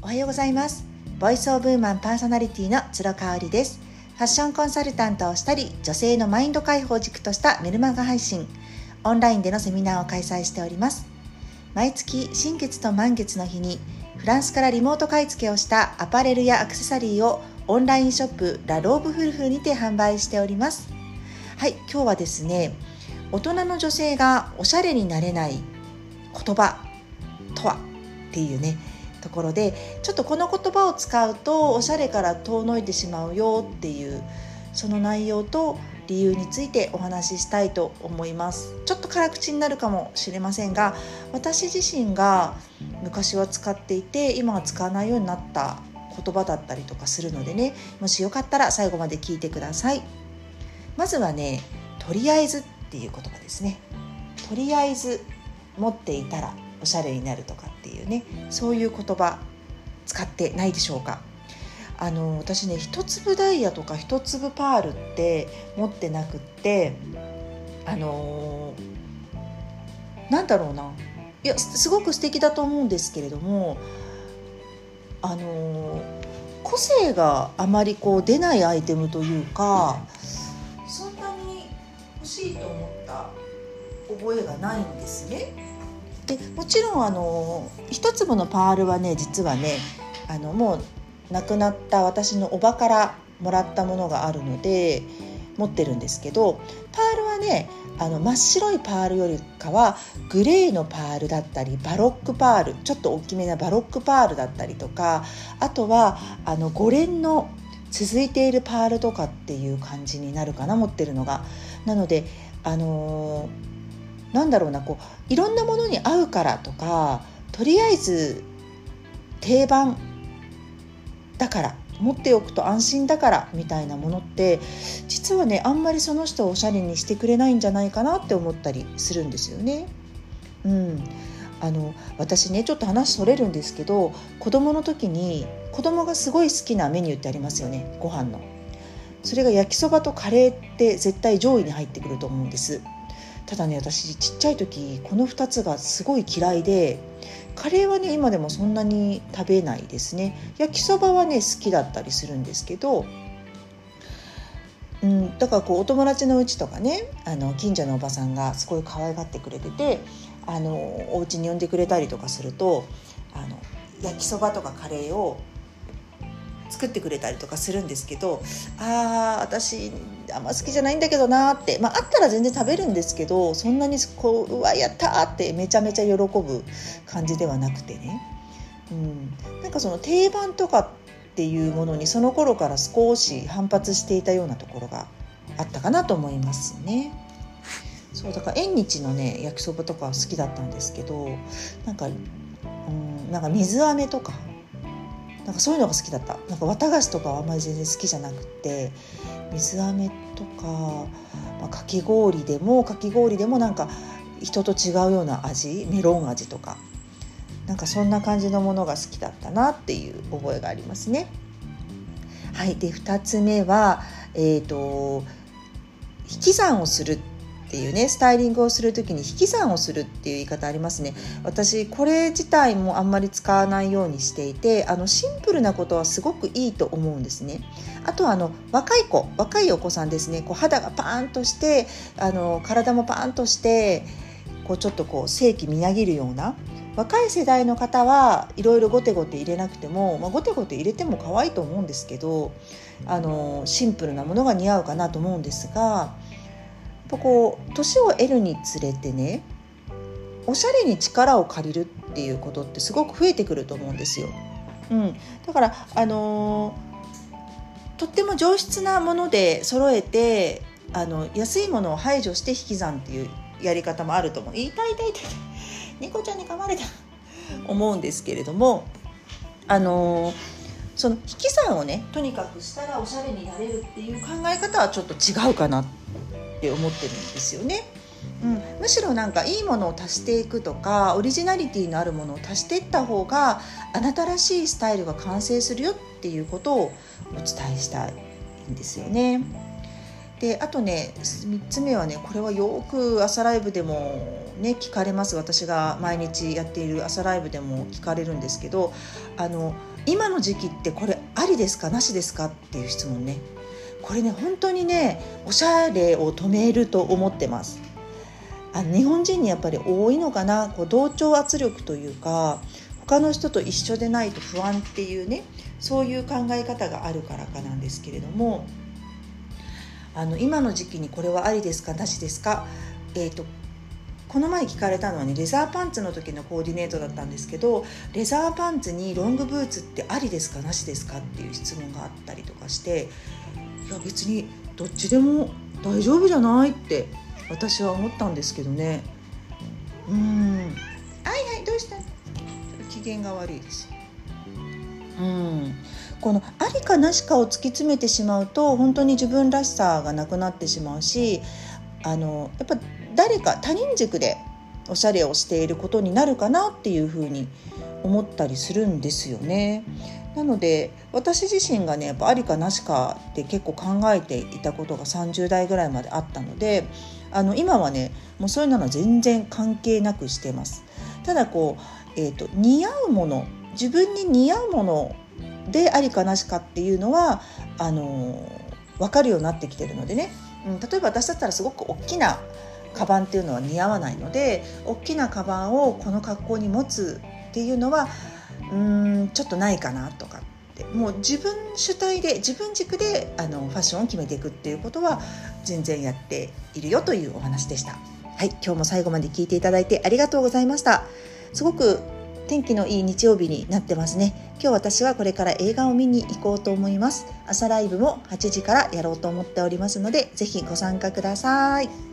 おはようございます。ボイスオブウーマンパーソナリティの鶴香織です。ファッションコンサルタントをしたり、女性のマインド解放軸としたメルマガ配信、オンラインでのセミナーを開催しております。毎月新月と満月の日にフランスからリモート買い付けをしたアパレルやアクセサリーをオンラインショップラローブフルフにて販売しております。はい、今日はですね、大人の女性がおしゃれになれない言葉とはっていうねところで、ちょっとこの言葉を使うとおしゃれから遠のいてしまうよっていうその内容と理由についてお話ししたいと思います。ちょっと辛口になるかもしれませんが、私自身が昔は使っていて今は使わないようになった言葉だったりとかするのでね、もしよかったら最後まで聞いてください。まずはね、とりあえずっていう言葉ですね。とりあえず持っていたらおしゃれになるとかっていうね、そういう言葉使ってないでしょうか。私ね、一粒ダイヤとか一粒パールって持ってなくって、なんだろうな、いやすごく素敵だと思うんですけれども、個性があまりこう出ないアイテムというか、そんなに欲しいと思った覚えがないんですね。でもちろん一粒のパールはね、実はね、もう亡くなった私のおばからもらったものがあるので持ってるんですけど、パールはね、真っ白いパールよりかはグレーのパールだったり、バロックパール、ちょっと大きめなバロックパールだったりとか、あとは5連の続いているパールとかっていう感じになるかな、持ってるのが。なのでなんだろうな、こういろんなものに合うからとか、とりあえず定番だから持っておくと安心だからみたいなものって、実はね、あんまりその人をおしゃれにしてくれないんじゃないかなって思ったりするんですよね。私ね、ちょっと話それるんですけど、子供の時に子供がすごい好きなメニューってありますよね、ご飯の。それが焼きそばとカレーって絶対上位に入ってくると思うんです。ただね、私ちっちゃい時この2つがすごい嫌いで、カレーはね今でもそんなに食べないですね。焼きそばはね好きだったりするんですけど、だからこうお友達のうちとかね、近所のおばさんがすごい可愛がってくれてて、お家に呼んでくれたりとかすると、焼きそばとかカレーを作ってくれたりとかするんですけど、私あんま好きじゃないんだけどなって、あったら全然食べるんですけど、そんなにこうわやったーってめちゃめちゃ喜ぶ感じではなくてね、なんかその定番とかっていうものにその頃から少し反発していたようなところがあったかなと思いますね。そうだから縁日のね焼きそばとか好きだったんですけど、なんか水飴とかなんかそういうのが好きだった。なんか綿菓子とかはあんまり全然好きじゃなくて、水飴とか、かき氷でもなんか人と違うような味、メロン味とか、なんかそんな感じのものが好きだったなっていう覚えがありますね。はい。で2つ目は、引き算をするっていうね、スタイリングをするときに引き算をするっていう言い方ありますね。私これ自体もあんまり使わないようにしていて、シンプルなことはすごくいいと思うんですね。あとは若いお子さんですね、こう肌がパーンとして体もパーンとしてこうちょっとこう正気みなぎるような若い世代の方はいろいろゴテゴテ入れなくても、ゴテゴテ入れても可愛いと思うんですけど、シンプルなものが似合うかなと思うんですが、こう年を得るにつれてね、おしゃれに力を借りるっていうことってすごく増えてくると思うんですよ。だからとっても上質なもので揃えて安いものを排除して引き算っていうやり方もあると思う。痛い猫ちゃんに噛まれた思うんですけれども、その引き算をねとにかくしたらおしゃれになれるっていう考え方はちょっと違うかなって思ってるんですよね。むしろなんかいいものを足していくとか、オリジナリティのあるものを足していった方があなたらしいスタイルが完成するよっていうことをお伝えしたいんですよね。 であとね3つ目はね、これはよく朝ライブでもね聞かれます。私が毎日やっている朝ライブでも聞かれるんですけど、今の時期ってこれありですかなしですかっていう質問ね。これね本当にねおしゃれを止めると思ってます。日本人にやっぱり多いのかな、同調圧力というか、他の人と一緒でないと不安っていうね、そういう考え方があるからかなんですけれども、今の時期にこれはありですかなしですか。この前聞かれたのはね、レザーパンツの時のコーディネートだったんですけど、レザーパンツにロングブーツってありですかなしですかっていう質問があったりとかして、いや別にどっちでも大丈夫じゃないって私は思ったんですけどね。はいどうした？ちょっと機嫌が悪いです。このありかなしかを突き詰めてしまうと本当に自分らしさがなくなってしまうし、やっぱ誰か他人軸でおしゃれをしていることになるかなっていうふうに思ったりするんですよね。なので私自身がねやっぱありかなしかって結構考えていたことが30代ぐらいまであったので、今はねもうそういうのは全然関係なくしてます。ただ似合うもの、自分に似合うものでありかなしかっていうのは分かるようになってきてるのでね、例えば私だったらすごく大きなカバンっていうのは似合わないので、大きなカバンをこの格好に持つっていうのはちょっとないかなとかって、もう自分主体で自分軸でファッションを決めていくっていうことは全然やっているよというお話でした。はい、今日も最後まで聞いていただいてありがとうございました。すごく天気のいい日曜日になってますね。今日私はこれから映画を見に行こうと思います。朝ライブも8時からやろうと思っておりますので、ぜひご参加ください。